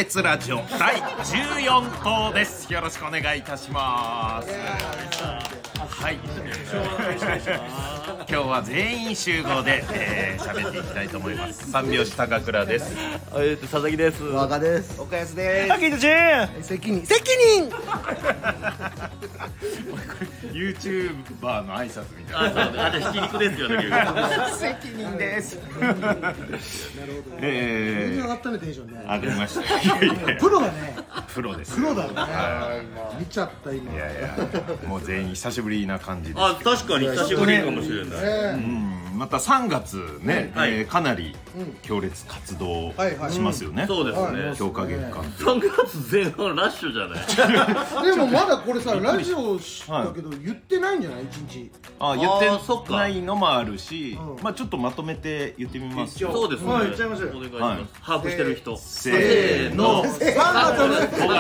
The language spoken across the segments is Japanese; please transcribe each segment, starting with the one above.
烈ラジオ第14号です。よろしくお願いいたします。はい、今日は全員集合で喋っていきたいと思います。三拍子高倉です。 佐々木です。 若です。 岡安です。 滝口責任 YouTuber の挨拶みたいな。 じゃあひき肉ですよね。 責任です。 なるほど。全然上がったねテンションね。 上がりました。 プロだね。 プロです。 プロだね。見ちゃった今。 いやいや、もう全員久しぶりな感じです。 あ、確かに久しぶりかもしれない。 また3月ね、かなり強烈活動しますよね。 そうですね。 強化月間。 3月前半ラッシュじゃない。 でもまだこれさラジオだけど言ってないんじゃない一日。 あ、言ってないのもあるし、まあちょっとまとめて言ってみます。 そうですね。 言っちゃいましょう。 お願いします。把握してる人。 せーの。 3月の 5月の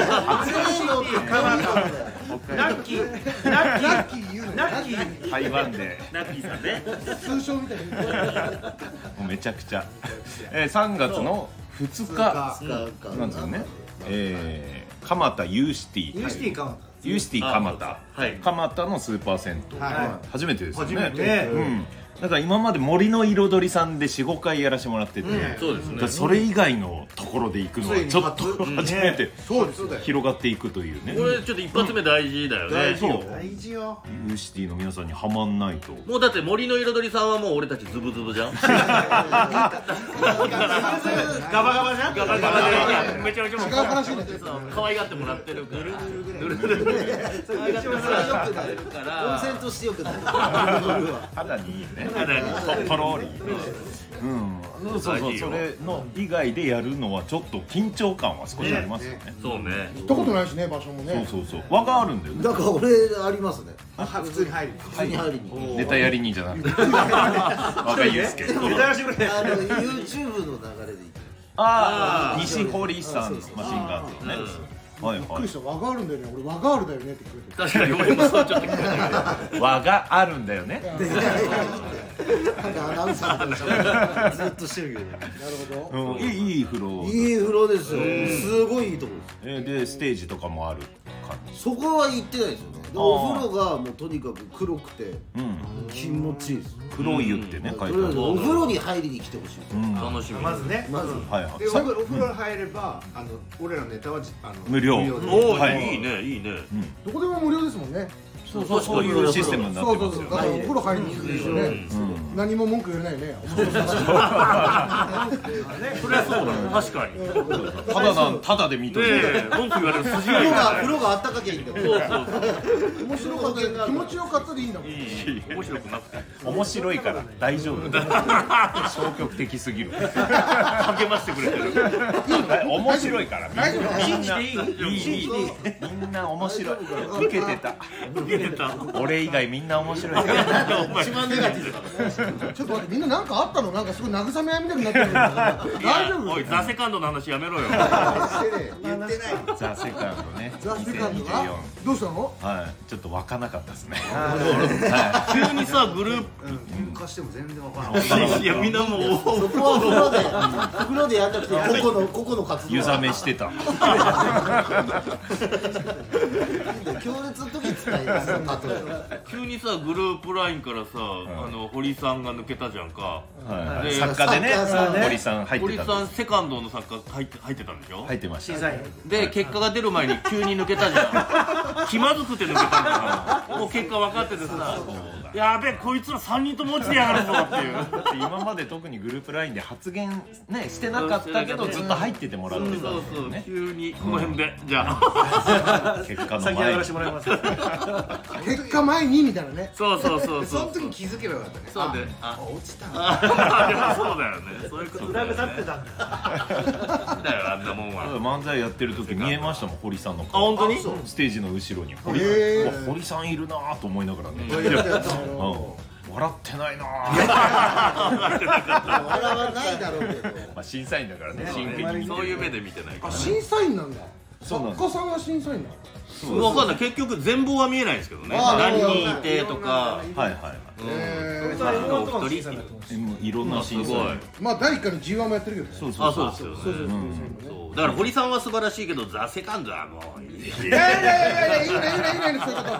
ラッキー言うの。ラッキー。 台湾でナッキーさんね。 通称みたいに。 もうめちゃくちゃ3月の2日なんですよね。蒲田ユーシティ。 ユーシティか。 ユーシティ蒲田。蒲田のスーパー銭湯。初めてですよね。 初めて。 だから今まで森の彩りさんで 4,5 回やらせてもらってて、 そうですね。 それ以外のところで行くのはちょっと初めて広がっていくというね。 これちょっと一発目大事だよね。 そう大事よ。 ユーシティの皆さんにはまんないと。 もうだって森の彩りさんはもう俺たちズブズブじゃん。ガガバガバじゃん。 バガバでめちゃめちゃもう違う話になっちゃう。 可愛がってもらってるから。 それ可愛がってもらってるから温泉としてよくない。 肌にいいね。とろり。そうそう、それの以外でやるのはちょっと緊張感は少しありますよね。 そうね。 行ったことないしね場所もね。 そう輪があるんだよね。 だから俺ありますね。 普通に入る。 普通に入りに。 ネタやりにじゃなくて若いですけど。 ネタやらしてくれ。 YouTube の流れで行く。 ああ、西堀さんのマシンガンズのね。はいびっくりした。輪があるんだよね。俺輪があるだよねって聞こえて。 確かに俺もそうちょっと聞いた。 輪があるんだよね。 なんかアナウンサーみたいなずっとしてるけど。 なるほど。 いい風呂。 いい風呂ですよ。すごいいいとこです。 でステージとかもある感じ。 そこは行ってないですよね。でお風呂がもうとにかく黒くて気持ちいいです。 黒い湯ってね書いてある。 お風呂に入りに来てほしい。 楽しみ。 まずね。 まずはいはい。 でお風呂入れば俺らのネタは無料。 おお、いいねいいね。 どこでも無料ですもんね。 そういうシステムになってますよ。 だからお風呂入りに行くでしょね。何も文句言えないね。 それはそうだ。確かに。 ただで見とる。 文句言われる筋合いが。 風呂があったかきゃいいんだよ。 面白かった気持ちよかったでいいんだもん。 面白くなくて。 面白いから大丈夫。消極的すぎる。 励ましてくれてる。 面白いから大丈夫。 信じていい。 みんな面白い。受けてた。俺以外みんな面白いから。 一番ネガティブだ。 ちょっと待ってみんななんかあったのなんかすごい慰め合いみたいになってるけど大丈夫？ おいザセカンドの話やめろよ。 言ってない。 ザ・セカンドね。 ザ・セカンドがどうしたの？ はい、ちょっと湧かなかったですね。 急にさグループ貸しても全然わからない。 いやみんなもうそこは風呂でやんなくて個々の活動。 湯冷めしてた。 強烈の時使いますよ。 急にさグループラインからさ堀さんが抜けたじゃんか。 作家でね堀さん入ってた。 堀さんセカンドの作家入ってたんでしょ。 入ってました。 で結果が出る前に急に抜けたじゃん。気まずくて抜けたんだよ。もう結果分かっててさ、やべえこいつら3人とも落ちてやがるぞっていう。 今まで特にグループラインで発言ねしてなかったけどずっと入っててもらってたんそうそうですよね。 急にこの辺でじゃあ結果の前に。 結果前にみたいなね。 そうその時に気づけばよかったね。 そうで落ちた。 でもそうだよね。そういうことだよね。 立ってたんだ。 だよあんなもんは。 漫才やってる時見えましたもん堀さんの顔。 あ本当に？ ステージの後ろに堀さんいるなと思いながらね。笑ってないな。 笑わないだろうけど。 審査員だからね真剣に。 そういう目で見てないから。 審査員なんだ。 作家さんが審査員なの？ 分かんない、結局全貌は見えないんですけどね、何人いてとか、 はいはいいろんな審査員、 まあ第1回の G1 もやってるけどね。 そうそうそうですよね。だから堀さんは素晴らしいけど、ザ・セカンドはもういい。 いやいいねそういうこと。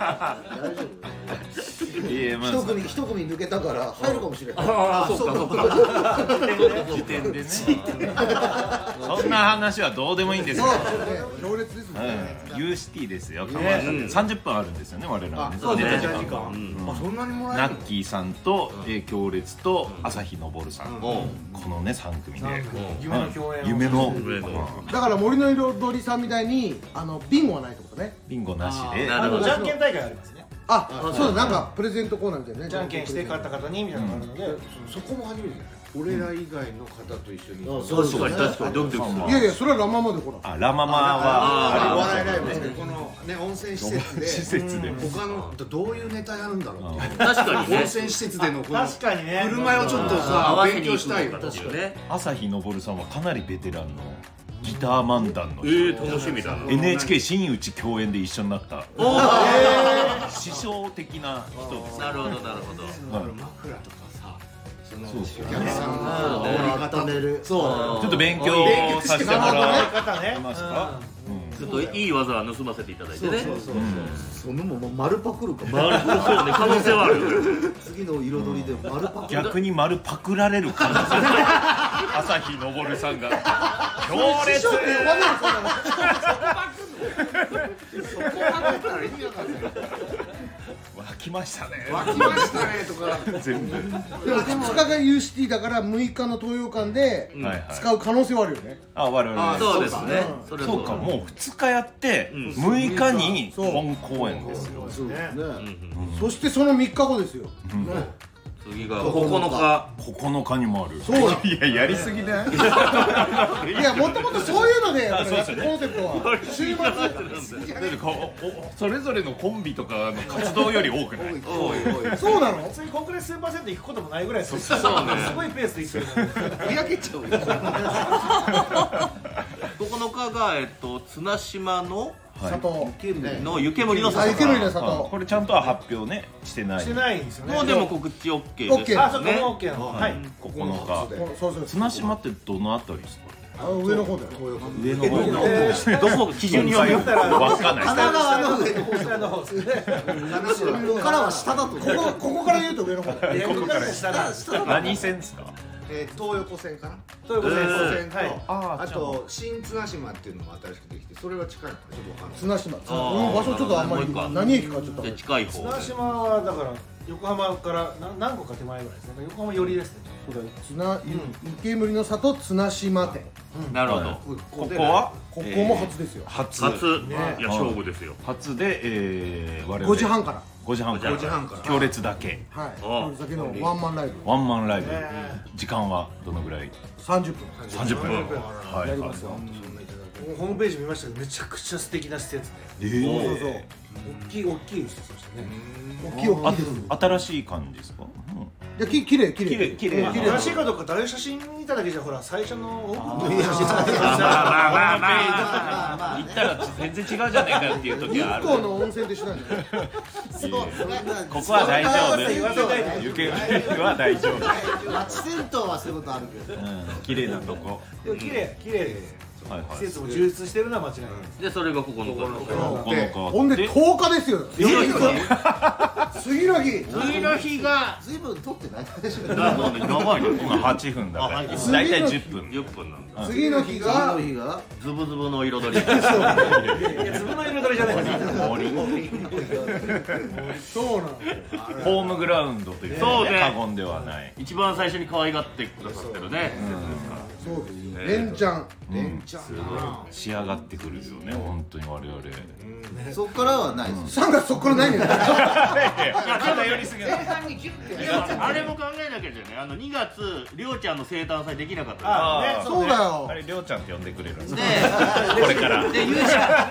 一組抜けたから入るかもしれない。 ああ、そうか時点でねそんな話はどうでもいいんですよ。 強烈ですね。 UCT ですよ。30分あるんですよね、我々はね。 そうね。 そんなにもらえる。 ナッキーさんと強烈と朝日昇さん、このね3組で夢の共演。 夢のだから森の彩りさんみたいにビンゴはないってことね。 ビンゴなしで、 じゃんけん大会ありますね。 あ、そうだ、なんかプレゼントコーナーみたいなね。 じゃんけんして勝った方にみたいなのがあるので、 そこも初めて。俺ら以外の方と一緒に。 確かにドキドキする。 いやそれはラママでほら。 ラママはお笑いライブでこのね温泉施設で他のどういうネタやるんだろうっていう。 確かにね。 温泉施設でのこの確かにね。 振る舞いをちょっとさ勉強したいよ。 確かね。 朝日昇さんはかなりベテランのギター漫談の楽しみだな。 NHK 真打ち共演で一緒になった師匠的な人です。 なるほど。 マフラーとかさ、 そうですよお客さんが折り固める。 ちょっと勉強させてもらえますか。 ちょっといい技は盗ませていただいてね。 そのも丸パクるかも。 そうね、可能性はある。 次の彩りで丸パク。 逆に丸パクられる可能性。朝日昇さんが強烈。 そこパクったら意味わかんない。 湧きましたね。 湧きましたねとか。 全部。 でも2日が UCT だから6日の東洋館で使う可能性はあるよね。 我々 そうですね。 そうか、もう2日やって6日に本公演ですよ。 そしてその3日後ですよ。 次が 9日にもある。 そうだ。 いや、やりすぎだよ。 いや、もともとそういうのでコンセプトは週末それぞれのコンビとかの活動より多くない？ そうなの？ 普通にコンクレスーパーセント行くこともないぐらいです。 そうね。 すごいペースで行ってる。 ふやけちゃうよ。 9日が綱島の里の湯煙の湯煙の里。 これちゃんとは発表ねしてない。 してないんですよね。 もうでも告知 OK です。 あ、そうか、もう OK なの。はい。 9日。 そう綱島ってどのあたりですか？ 上の方だよ。 上の方。 どこ基準にはわかんない。 神奈川の上の方。 下の方ですね。 ここからは下だと。 ここから言うと上の方。 ここから下だ。 何線ですか？ 東横線かな。 東横線とはい。 あと新綱島っていうのも新しくできて、それは近いのかちょっとわかんない。 綱島。この場所ちょっとあんまり何駅かちょっと。 近い方。 綱島はだから横浜から何個か手前ぐらいですね。横浜寄りですね。 そうだよ。湯煙の里綱島店。 なるほど。 ここはここも初ですよ。 初。いや勝負ですよ。 初で我々 5時半から。 5時半から強烈だけ。 はい。強烈だけのワンマンライブ。 ワンマンライブ。時間はどのぐらい ？30分。 30分。 やりますよ。 ホームページ見ましたけどめちゃくちゃ素敵な施設で。 そうそう。 大きい施設でしたね。 大きいです。 新しい感じですか？ いや、綺麗。 新しいかどうか誰写真見ただけじゃほら最初のオープンの写真まあ行ったら全然違うじゃないかっていう時はある。 日光の温泉と一緒なんだよ。 ここは大丈夫。湯煙は大丈夫。 町銭湯はそういうことあるけど。 綺麗なとこ。 でも綺麗です。施設も充実してるのは間違いない。 でそれが9日。 ほんで10日ですよ。次の日が随分撮ってないでしょ。 長いね。 今8分だから大体10分。 10分なんだ。 次の日がズブズブの彩り。 いやズブの彩りじゃないです。 そうなの。 ホームグラウンドという過言ではない。 一番最初に可愛がってくださってるね。 そうです。連チャン。 仕上がってくるよね、本当に我々。 そっからはないです。 3月そっからないねん。 偏りすぎない。 あれも考えなきゃいけない。2月りょうちゃんの生誕祭できなかった。 そうだよ。 あれりょうちゃんって呼んでくれるんですでか？これからでゆうち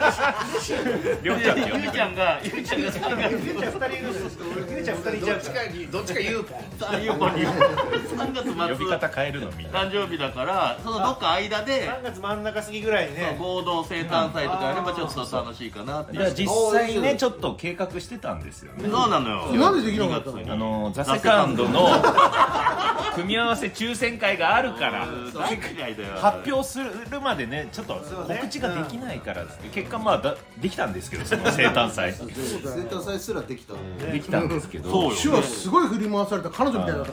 ゃんがゆうちゃん2人いる。ゆうちゃん2人いちゃう。 どっちか言う。 3月末呼び方変えるのみんな。 誕生日だからはそのどっか間で 3月真ん中過ぎぐらいにね合同生誕祭とかやればちょっと楽しいかなっていう。 実際ねちょっと計画してたんですよね。 そうなのよ。 なんでできなかったの？ ザ・セカンドの組み合わせ抽選会があるから発表するまでねちょっと告知ができないから結果まあできたんですけど、その生誕祭生誕祭すらできたんですけど、 手話すごい振り回された彼女みたいだった。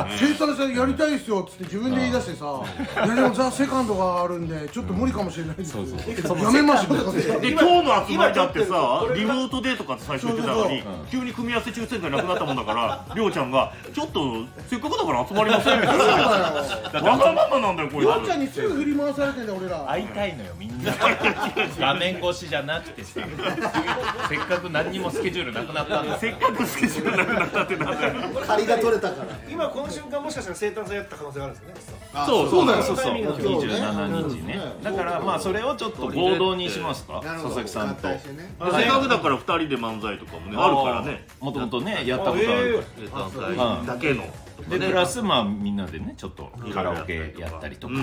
生誕祭やりたいですよっつって自分で言い出してさ、いやでもザ・セカンドがあるんでちょっと無理かもしれないですけどやめましょうとかってで今日の集まりだってさリモートでとかって最初言ってたのに急に組み合わせ抽選会なくなったもんだからりょうちゃんがちょっとせっかくだから集まりませんみたいな。わがままなんだよこれ。 りょうちゃんにすぐ振り回されてんだよ俺ら。 会いたいのよみんな。画面越しじゃなくてさ、せっかく何にもスケジュールなくなったんだ。 せっかくスケジュールなくなったってなんだよ。 借りが取れたから今この瞬間もしかしたら生誕祭やった可能性があるんですね。 そうだよ。 27日ね。だからまあそれをちょっと合同にしますか、佐々木さんと。 せっかくだから2人で漫才とかもねあるからね。 もともとねやったことある生誕祭だけの。 でプラスまあみんなでねちょっとカラオケやったりとか、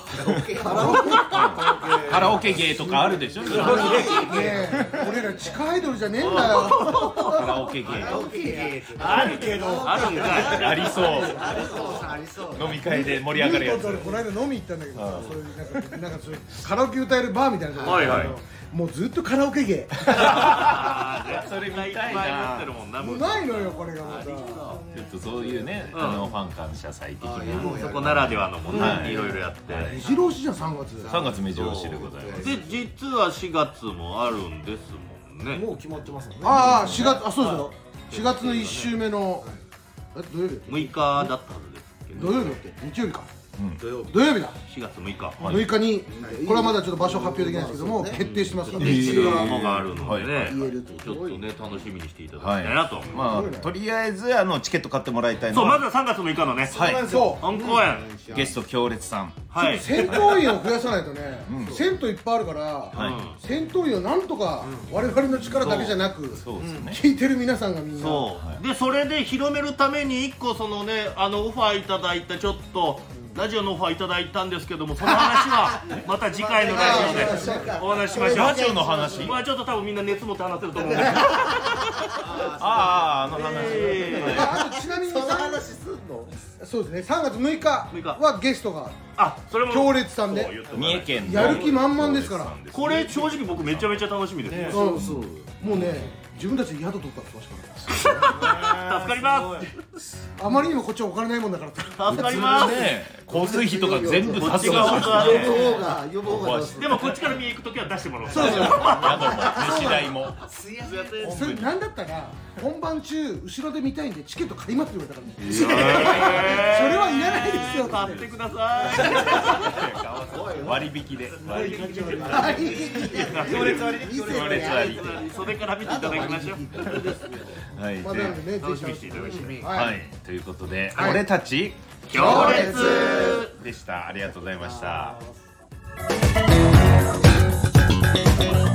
カラオケ芸とかあるでしょ。 俺ら地下アイドルじゃねえんだよ。 カラオケ芸あるけどあるんかい。 ありそう。飲み会で盛り上がるやつ。 この間飲み行ったんだけどさ、そういうなんかそういうカラオケ歌えるバーみたいなところもうずっとカラオケ芸。 それ見たいな。 もうないのよこれがまた。 ちょっとそういうねファン感謝祭的なそこならではのものいろいろやって。 目白押しじゃん3月。 3月目白押しでございます。 で実は4月もあるんですもんね。 もう決まってますもんね。 ああ4月、あそうですよ。4月の1週目の土曜日 6日だったはずですけど。 土曜日だっけ日曜日か。 土曜日土曜日だ。 4月6日。 6日にこれはまだちょっと場所発表できないですけども決定してますから。 ものがあるのでね、 言えるとちょっとね楽しみにしていただきたいなと。 まあとりあえずチケット買ってもらいたいのそう、まはずは3月6日のねそう本公演。 ゲスト強烈さん。 はい。 戦闘員を増やさないとね、銭湯いっぱいあるから戦闘員をなんとか我々の力だけじゃなくそうですね。 聞いてる皆さんがみんなそうでそれで広めるために1個そのねオファーいただいたちょっとラジオのオファーいただいたんですけども、その話はまた次回のラジオでお話ししましょう。 ラジオの話。 まあちょっと多分みんな熱持って話せると思うんで。 あの話。 あとちなみにその話すんの？ そうですね3月6日はゲストがそれも強烈さんで三重県やる気満々ですから。 これ正直僕めちゃめちゃ楽しみですね。 そうもうね自分たちで宿取ったって言ってました助かります。 あまりにもこっちはお金ないもんだから助かります。 交通費とか全部こっちが本当は呼ぼうがでもこっちから見に行くときは出してもらおう。 そうそう宿も飯代も。 それなんだったら本番中後ろで見たいんでチケット買いますって言われたからね。それはいらないですよ。 買ってください。 割引で。 行列割り。袖から見ていただきましょう。 はい。 まあなんでね楽しみにしていただきたい。 はい。ということで俺たち強烈でした。ありがとうございました。